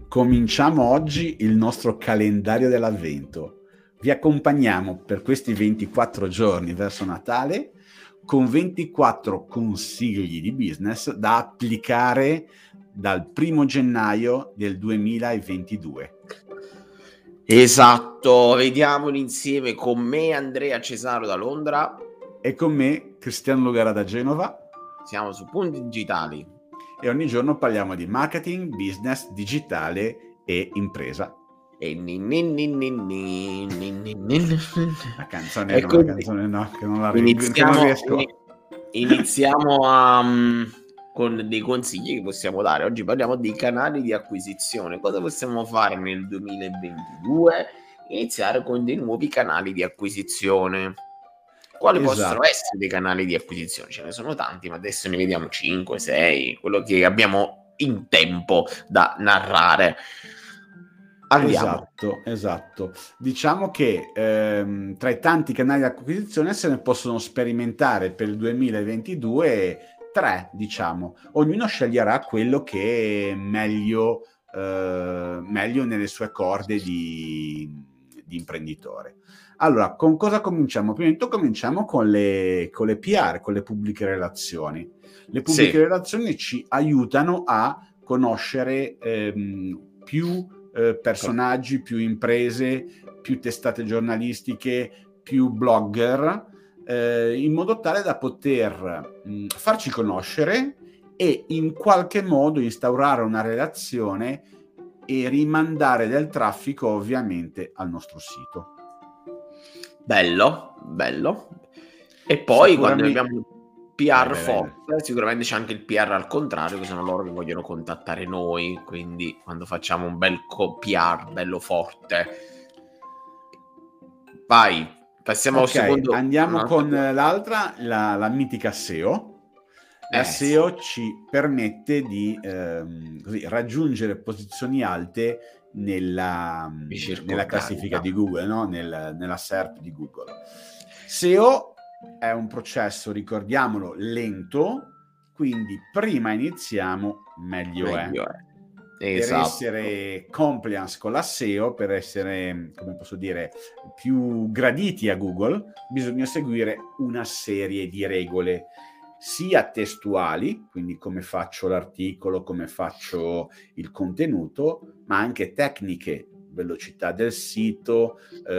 Cominciamo oggi il nostro calendario dell'avvento. Vi accompagniamo per questi 24 giorni verso Natale con 24 consigli di business da applicare dal 1 gennaio del 2022. Esatto, vediamoli insieme con me Andrea Cesaro da Londra e con me Cristiano Lugara da Genova. Siamo su Punti Digitali e ogni giorno parliamo di marketing, business, digitale e impresa. E la canzone no, che non la riesco. Iniziamo con dei consigli che possiamo dare. Oggi parliamo dei canali di acquisizione. Cosa possiamo fare nel 2022? Iniziare con dei nuovi canali di acquisizione. Quali possono essere dei canali di acquisizione? Ce ne sono tanti, ma adesso ne vediamo 5, 6, quello che abbiamo in tempo da narrare. Andiamo. Esatto. Diciamo che tra i tanti canali di acquisizione se ne possono sperimentare per il 2022 3, diciamo. Ognuno sceglierà quello che è meglio nelle sue corde di imprenditore. Allora, con cosa cominciamo? Prima di tutto cominciamo con le PR, con le pubbliche relazioni. Le pubbliche relazioni ci aiutano a conoscere più personaggi, più imprese, più testate giornalistiche, più blogger, in modo tale da poter farci conoscere e in qualche modo instaurare una relazione e rimandare del traffico ovviamente al nostro sito. Bello. E poi quando abbiamo PR forte, sicuramente c'è anche il PR al contrario, che sono loro che vogliono contattare noi, quindi quando facciamo un bel PR bello forte. Vai, passiamo al secondo. Andiamo con l'altra, la mitica SEO. La SEO ci permette di raggiungere posizioni alte nella classifica di Google, no? nella SERP di Google. SEO è un processo, ricordiamolo, lento, quindi prima iniziamo meglio è. Per essere compliance con la SEO, per essere, come posso dire, più graditi a Google, bisogna seguire una serie di regole, sia testuali, quindi come faccio l'articolo, come faccio il contenuto, ma anche tecniche, velocità del sito,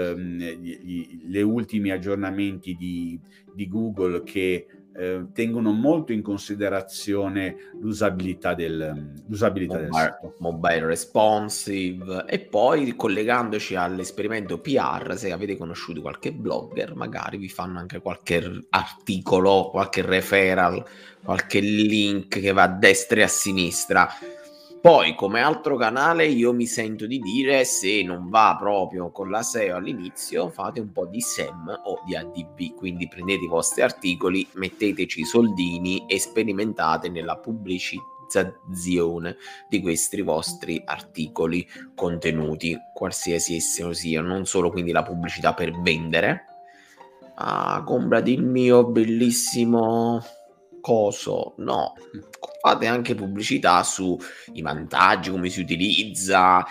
le ultimi aggiornamenti di Google che tengono molto in considerazione l'usabilità del sito. Mobile responsive. E poi, collegandoci all'esperimento PR, se avete conosciuto qualche blogger, magari vi fanno anche qualche articolo, qualche referral, qualche link che va a destra e a sinistra. Poi, come altro canale, io mi sento di dire, se non va proprio con la SEO all'inizio, fate un po' di SEM o di ADV, quindi prendete i vostri articoli, metteteci i soldini e sperimentate nella pubblicizzazione di questi vostri articoli, contenuti, qualsiasi esso sia, non solo quindi la pubblicità per vendere. Comprati il mio bellissimo coso, no, fate anche pubblicità sui vantaggi, come si utilizza,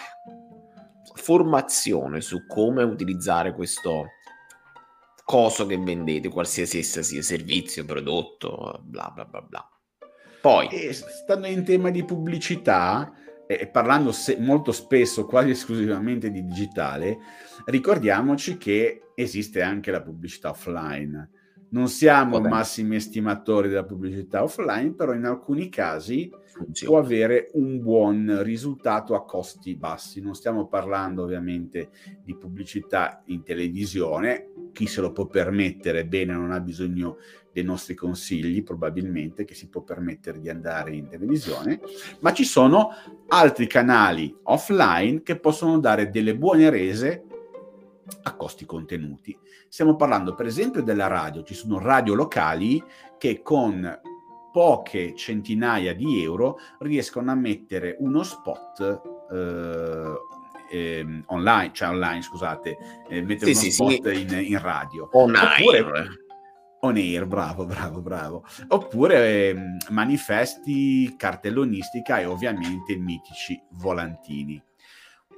formazione su come utilizzare questo coso che vendete, qualsiasi essa sia, servizio, prodotto, bla bla bla bla. Poi, stando in tema di pubblicità, parlando molto spesso, quasi esclusivamente di digitale, ricordiamoci che esiste anche la pubblicità offline. Non siamo massimi estimatori della pubblicità offline, però in alcuni casi può avere un buon risultato a costi bassi. Non stiamo parlando ovviamente di pubblicità in televisione, chi se lo può permettere bene, non ha bisogno dei nostri consigli, probabilmente, che si può permettere di andare in televisione, ma ci sono altri canali offline che possono dare delle buone rese a costi contenuti. Stiamo parlando per esempio della radio. Ci sono radio locali che con poche centinaia di euro riescono a mettere uno spot online, mettere uno spot in radio. On air, bravo. Oppure manifesti, cartellonistica e ovviamente mitici volantini.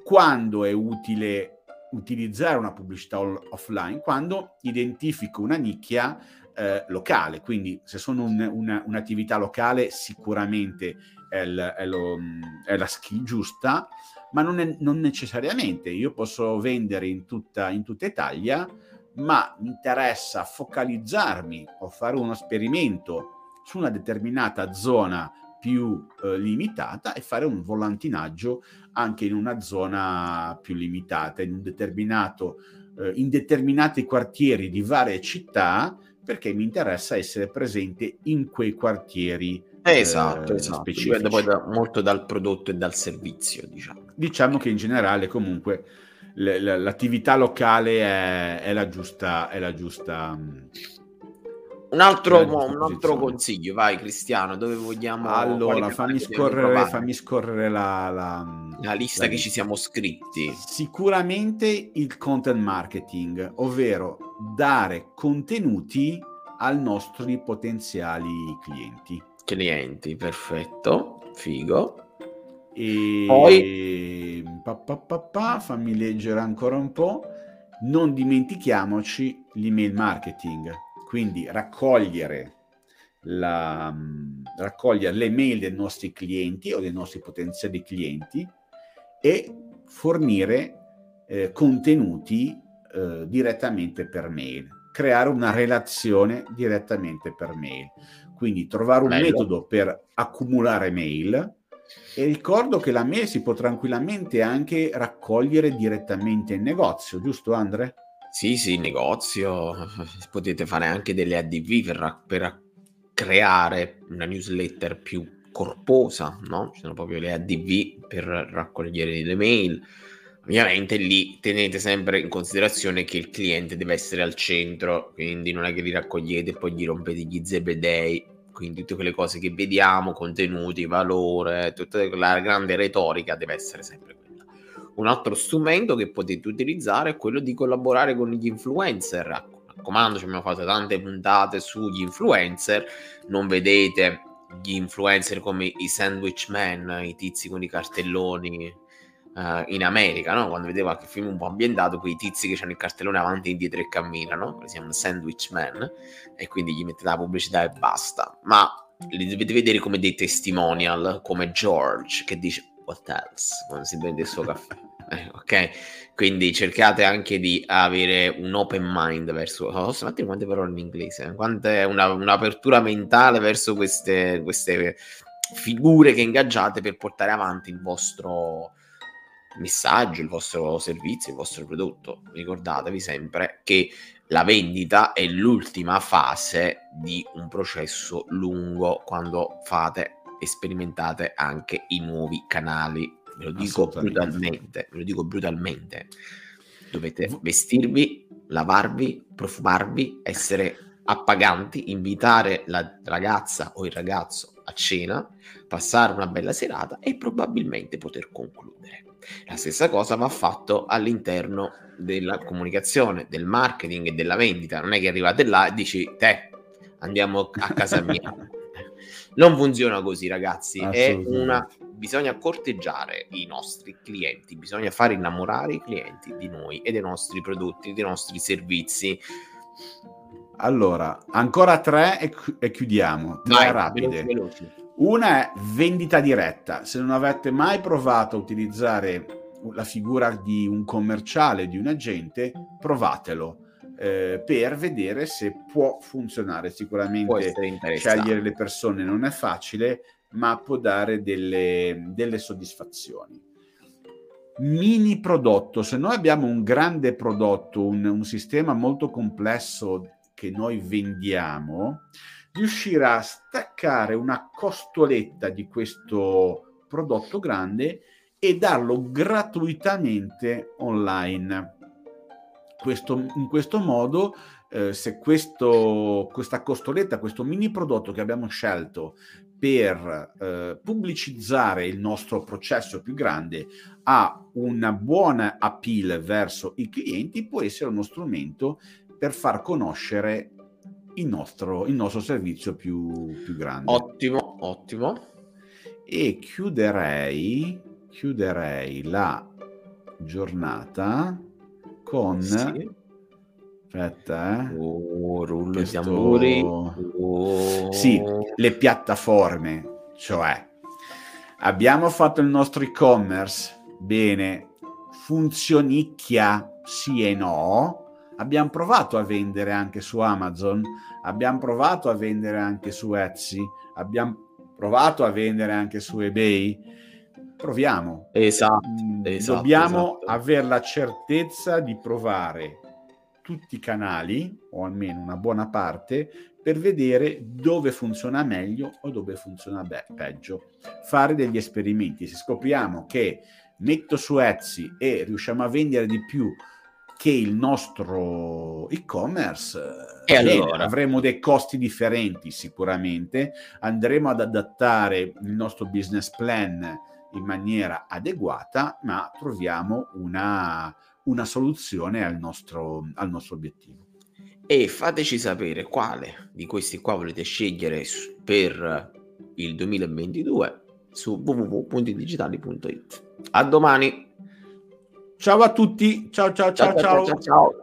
quando è utile utilizzare una pubblicità offline? Quando identifico una nicchia locale, quindi se sono un'attività locale sicuramente è la skill giusta, ma non necessariamente. Io posso vendere in tutta Italia, ma mi interessa focalizzarmi o fare uno esperimento su una determinata zona più limitata e fare un volantinaggio anche in una zona più limitata, in determinati quartieri di varie città, perché mi interessa essere presente in quei quartieri Esatto. specifici. Dipende poi molto dal prodotto e dal servizio, diciamo che in generale comunque l'attività locale è la giusta un altro consiglio, vai Cristiano, dove vogliamo? Allora, fammi scorrere la lista che ci siamo scritti. Sicuramente il content marketing, ovvero dare contenuti ai nostri potenziali clienti. Perfetto, figo. E poi fammi leggere ancora un po'. Non dimentichiamoci l'email marketing, quindi raccogliere le mail dei nostri clienti o dei nostri potenziali clienti e fornire contenuti direttamente per mail, creare una relazione direttamente per mail, quindi trovare un metodo per accumulare mail. E ricordo che la mail si può tranquillamente anche raccogliere direttamente in negozio, giusto Andre? Sì, negozio, potete fare anche delle ADV per creare una newsletter più corposa, no? Ci sono proprio le ADV per raccogliere le mail. Ovviamente lì tenete sempre in considerazione che il cliente deve essere al centro, quindi non è che li raccogliete e poi gli rompete gli zebedei, quindi tutte quelle cose che vediamo, contenuti, valore, tutta la grande retorica deve essere sempre quella. Un altro strumento che potete utilizzare è quello di collaborare con gli influencer. Raccomando, ci abbiamo fatto tante puntate sugli influencer, non vedete gli influencer come i sandwich man, i tizi con i cartelloni in America, no? Quando vedevo qualche film un po' ambientato, quei tizi che hanno il cartellone avanti e indietro e camminano, si chiamano sandwich man, e quindi gli mettete la pubblicità e basta. Ma li dovete vedere come dei testimonial, come George che dice what else quando si prende il suo caffè. Ok, quindi cercate anche di avere un open mind verso quante parole in inglese, un'apertura mentale verso queste figure che ingaggiate per portare avanti il vostro messaggio, il vostro servizio, il vostro prodotto. Ricordatevi sempre che la vendita è l'ultima fase di un processo lungo quando fate e sperimentate anche i nuovi canali. Ve lo dico brutalmente. Dovete vestirvi, lavarvi, profumarvi, essere appaganti, invitare la ragazza o il ragazzo a cena, passare una bella serata e probabilmente poter concludere. La stessa cosa va fatto all'interno della comunicazione, del marketing e della vendita. Non è che arrivate là e dici te andiamo a casa mia. Non funziona così, ragazzi. Bisogna corteggiare i nostri clienti, bisogna fare innamorare i clienti di noi e dei nostri prodotti, dei nostri servizi. Allora, ancora 3 e chiudiamo. 3 rapide. Veloci. Una è vendita diretta. Se non avete mai provato a utilizzare la figura di un commerciale, di un agente, provatelo per vedere se può funzionare. Sicuramente scegliere le persone non è facile, ma può dare delle soddisfazioni. Mini prodotto. Se noi abbiamo un grande prodotto, un sistema molto complesso che noi vendiamo, riuscire a staccare una costoletta di questo prodotto grande e darlo gratuitamente online. In questo modo, se questa costoletta, questo mini prodotto che abbiamo scelto per pubblicizzare il nostro processo più grande ha una buona appeal verso i clienti, può essere uno strumento per far conoscere il nostro servizio più grande. Ottimo. E chiuderei la giornata con... Sì. Aspetta, rullo i tamburi. Sì, le piattaforme, cioè abbiamo fatto il nostro e-commerce, bene, funzionicchia, sì e no. Abbiamo provato a vendere anche su Amazon, abbiamo provato a vendere anche su Etsy, abbiamo provato a vendere anche su eBay. Proviamo. Esatto. Dobbiamo avere la certezza di provare tutti i canali, o almeno una buona parte, per vedere dove funziona meglio o dove funziona peggio. Fare degli esperimenti. Se scopriamo che metto su Etsy e riusciamo a vendere di più che il nostro e-commerce, e allora avremo dei costi differenti sicuramente, andremo ad adattare il nostro business plan in maniera adeguata, ma troviamo una soluzione al nostro obiettivo. E fateci sapere quale di questi qua volete scegliere per il 2022 su www.digitali.it. A domani. Ciao a tutti, ciao.